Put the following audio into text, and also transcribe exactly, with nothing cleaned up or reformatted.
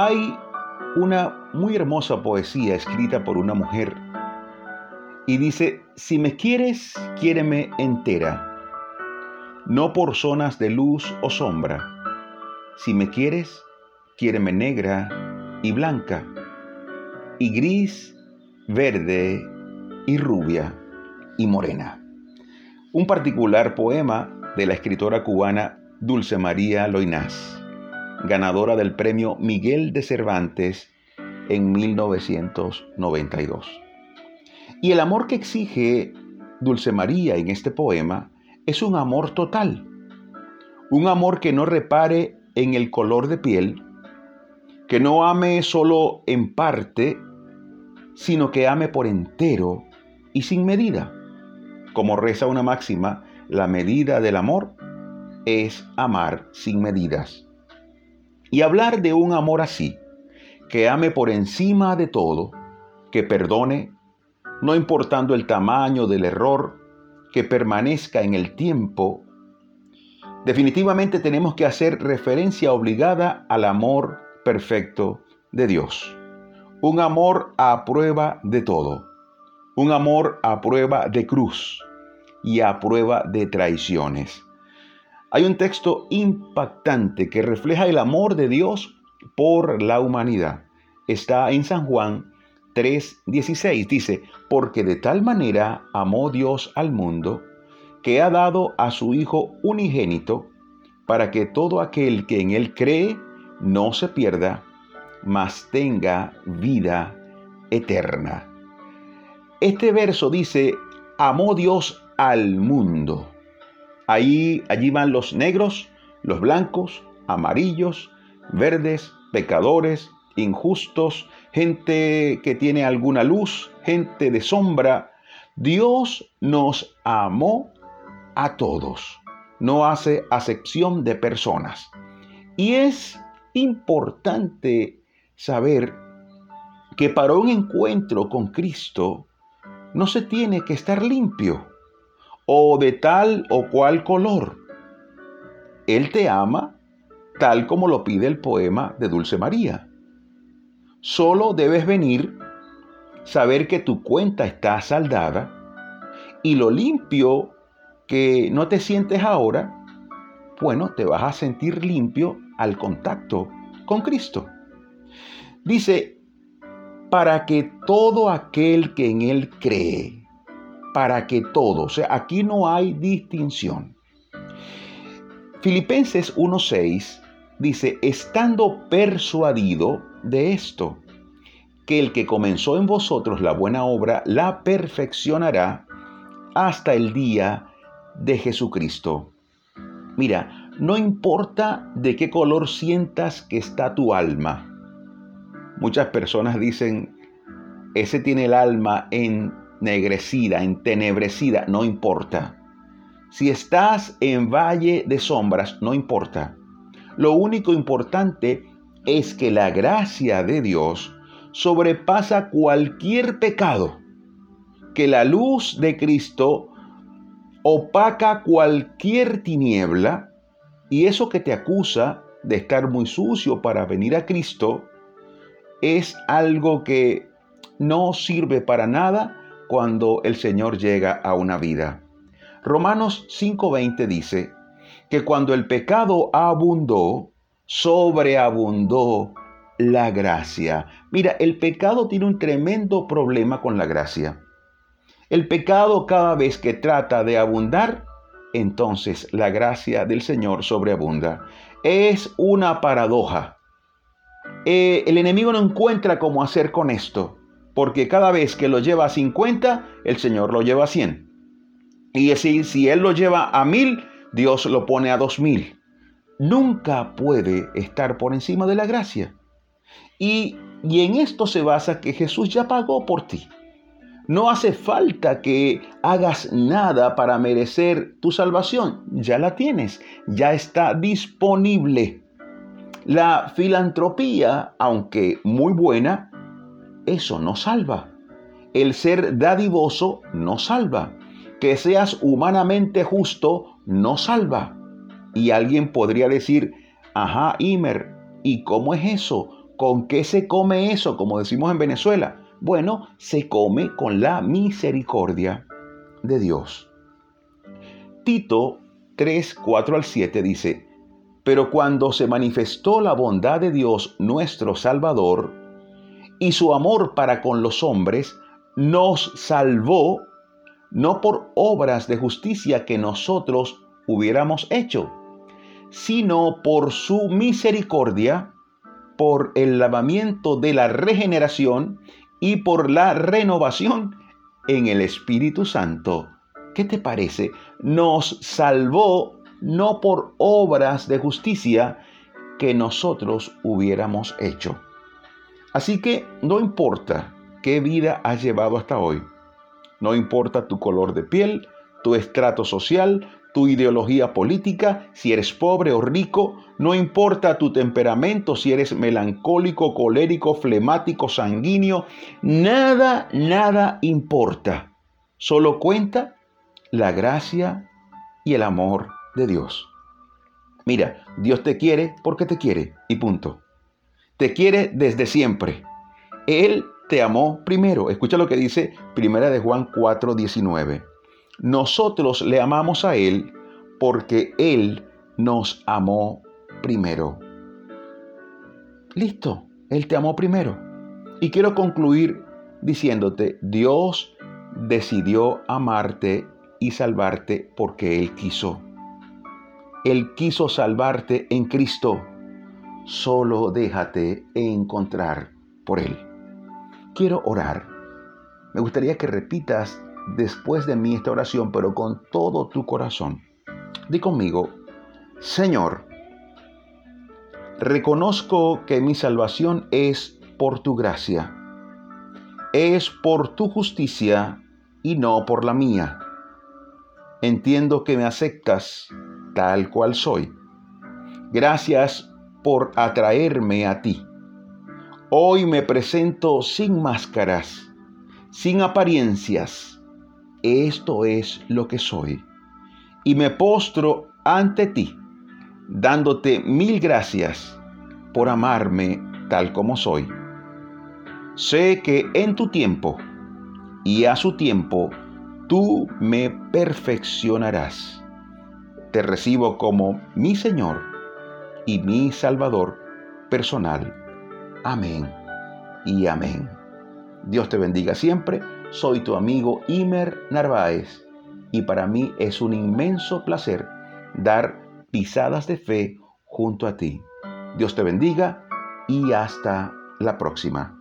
Hay una muy hermosa poesía escrita por una mujer y dice: si me quieres, quiéreme entera, no por zonas de luz o sombra. Si me quieres, quiéreme negra y blanca, y gris, verde y rubia y morena. Un particular poema de la escritora cubana Dulce María Loynaz, ganadora del premio Miguel de Cervantes en mil novecientos noventa y dos. Y el amor que exige Dulce María en este poema es un amor total, un amor que no repare en el color de piel, que no ame solo en parte, sino que ame por entero y sin medida. Como reza una máxima, la medida del amor es amar sin medidas. Y hablar de un amor así, que ame por encima de todo, que perdone, no importando el tamaño del error, que permanezca en el tiempo, definitivamente tenemos que hacer referencia obligada al amor perfecto de Dios. Un amor a prueba de todo. Un amor a prueba de cruz y a prueba de traiciones. Hay un texto impactante que refleja el amor de Dios por la humanidad. Está en San Juan tres dieciséis. Dice: porque de tal manera amó Dios al mundo, que ha dado a su Hijo unigénito, para que todo aquel que en Él cree no se pierda, mas tenga vida eterna. Este verso dice: amó Dios al mundo. Ahí, allí van los negros, los blancos, amarillos, verdes, pecadores, injustos, gente que tiene alguna luz, gente de sombra. Dios nos amó a todos. No hace acepción de personas. Y es importante saber que para un encuentro con Cristo no se tiene que estar limpio o de tal o cual color. Él te ama tal como lo pide el poema de Dulce María. Solo debes venir, saber que tu cuenta está saldada y lo limpio que no te sientes ahora, bueno, te vas a sentir limpio al contacto con Cristo. Dice: para que todo aquel que en Él cree, para que todo, o sea, aquí no hay distinción. Filipenses uno seis dice: estando persuadido de esto, que el que comenzó en vosotros la buena obra, la perfeccionará hasta el día de Jesucristo. Mira, no importa de qué color sientas que está tu alma. Muchas personas dicen: ese tiene el alma ennegrecida, entenebrecida. No importa. Si estás en valle de sombras, no importa. Lo único importante es que la gracia de Dios sobrepasa cualquier pecado, que la luz de Cristo opaca cualquier tiniebla, y eso que te acusa de estar muy sucio para venir a Cristo es algo que no sirve para nada cuando el Señor llega a una vida. Romanos cinco veinte dice que cuando el pecado abundó, sobreabundó la gracia. Mira, el pecado tiene un tremendo problema con la gracia. El pecado, cada vez que trata de abundar, entonces la gracia del Señor sobreabunda. Es una paradoja. Eh, el enemigo no encuentra cómo hacer con esto, porque cada vez que lo lleva a cincuenta, el Señor lo lleva a cien. Y si, si Él lo lleva a mil, Dios lo pone a dos mil. Nunca puede estar por encima de la gracia. Y, y en esto se basa que Jesús ya pagó por ti. No hace falta que hagas nada para merecer tu salvación. Ya la tienes, ya está disponible. La filantropía, aunque muy buena, eso no salva. El ser dadivoso no salva. Que seas humanamente justo no salva. Y alguien podría decir: ajá, Imer, ¿y cómo es eso? ¿Con qué se come eso? Como decimos en Venezuela. Bueno, se come con la misericordia de Dios. Tito tres, cuatro al siete dice: pero cuando se manifestó la bondad de Dios nuestro Salvador y su amor para con los hombres, nos salvó no por obras de justicia que nosotros hubiéramos hecho, sino por su misericordia, por el lavamiento de la regeneración y por la renovación en el Espíritu Santo. ¿Qué te parece? Nos salvó no por obras de justicia que nosotros hubiéramos hecho. Así que no importa qué vida has llevado hasta hoy. No importa tu color de piel, tu estrato social, tu ideología política, si eres pobre o rico, no importa tu temperamento, si eres melancólico, colérico, flemático, sanguíneo, nada, nada importa. Solo cuenta la gracia y el amor de Dios. Mira, Dios te quiere porque te quiere y punto. Te quiere desde siempre. Él te amó primero. Escucha lo que dice Primera de Juan cuatro, diecinueve. Nosotros le amamos a Él porque Él nos amó primero. Listo, Él te amó primero. Y quiero concluir diciéndote, Dios decidió amarte y salvarte porque Él quiso. Él quiso salvarte en Cristo. Solo déjate encontrar por Él. Quiero orar. Me gustaría que repitas después de mí esta oración, pero con todo tu corazón. Di conmigo: Señor, reconozco que mi salvación es por tu gracia. Es por tu justicia y no por la mía. Entiendo que me aceptas tal cual soy. Gracias por atraerme a ti. Hoy me presento sin máscaras, sin apariencias. Esto es lo que soy. Y me postro ante ti, dándote mil gracias por amarme tal como soy. Sé que en tu tiempo y a su tiempo tú me perfeccionarás. Te recibo como mi Señor y mi Salvador personal. Amén y amén. Dios te bendiga siempre. Soy tu amigo Imer Narváez y para mí es un inmenso placer dar pisadas de fe junto a ti. Dios te bendiga y hasta la próxima.